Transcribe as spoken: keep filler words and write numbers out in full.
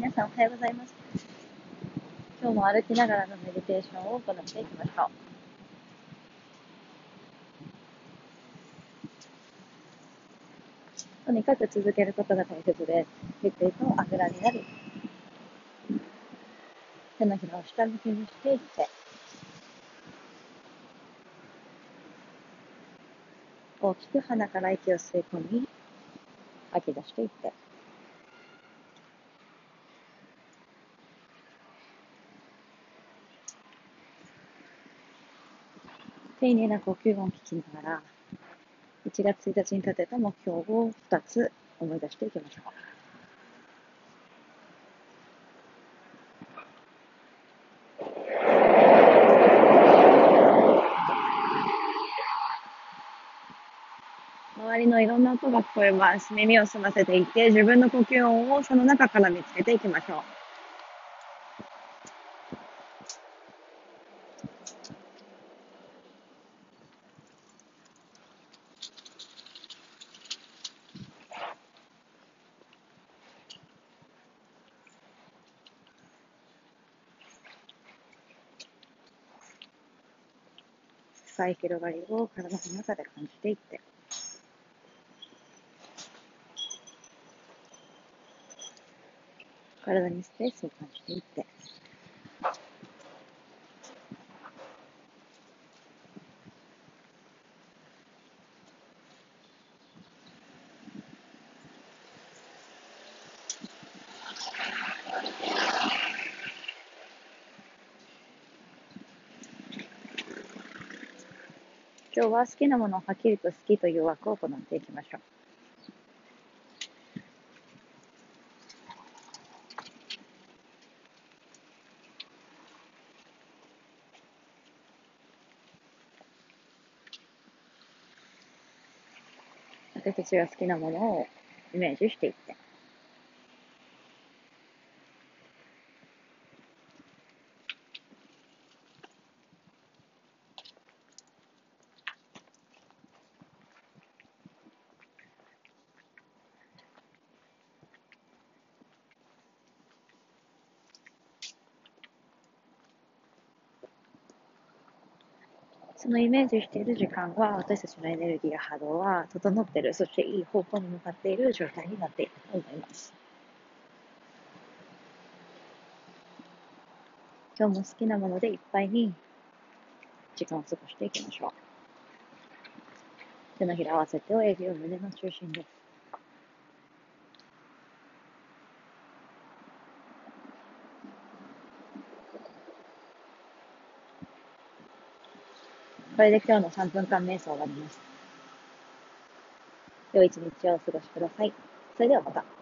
皆さんおはようございます。今日も歩きながらのメディテーションを行っていきましょう。とにかく続けることが大切です。ゆっくりとあぐらになり、手のひらを下向きにしていって、大きく鼻から息を吸い込み、吐き出していって、丁寧な呼吸音を聞きながら、いちがつついたちに立てた目標をふたつ思い出していきましょう。周りのいろんな音が聞こえます。耳を澄ませていって、自分の呼吸音をその中から見つけていきましょう。深い広がりを体の中で感じていって、体にスペースを感じていって、今日は好きなものをはっきりと好きという枠を行っていきましょう。私たちが好きなものをイメージしていって、そのイメージしている時間は、私たちのエネルギーや波動は整っている、そしていい方向に向かっている状態になっていると思います。今日も好きなものでいっぱいに時間を過ごしていきましょう。手のひらを合わせて親指を胸の中心です。これで今日のさんぷんかん瞑想終わります。良い一日をお過ごしください。それではまた。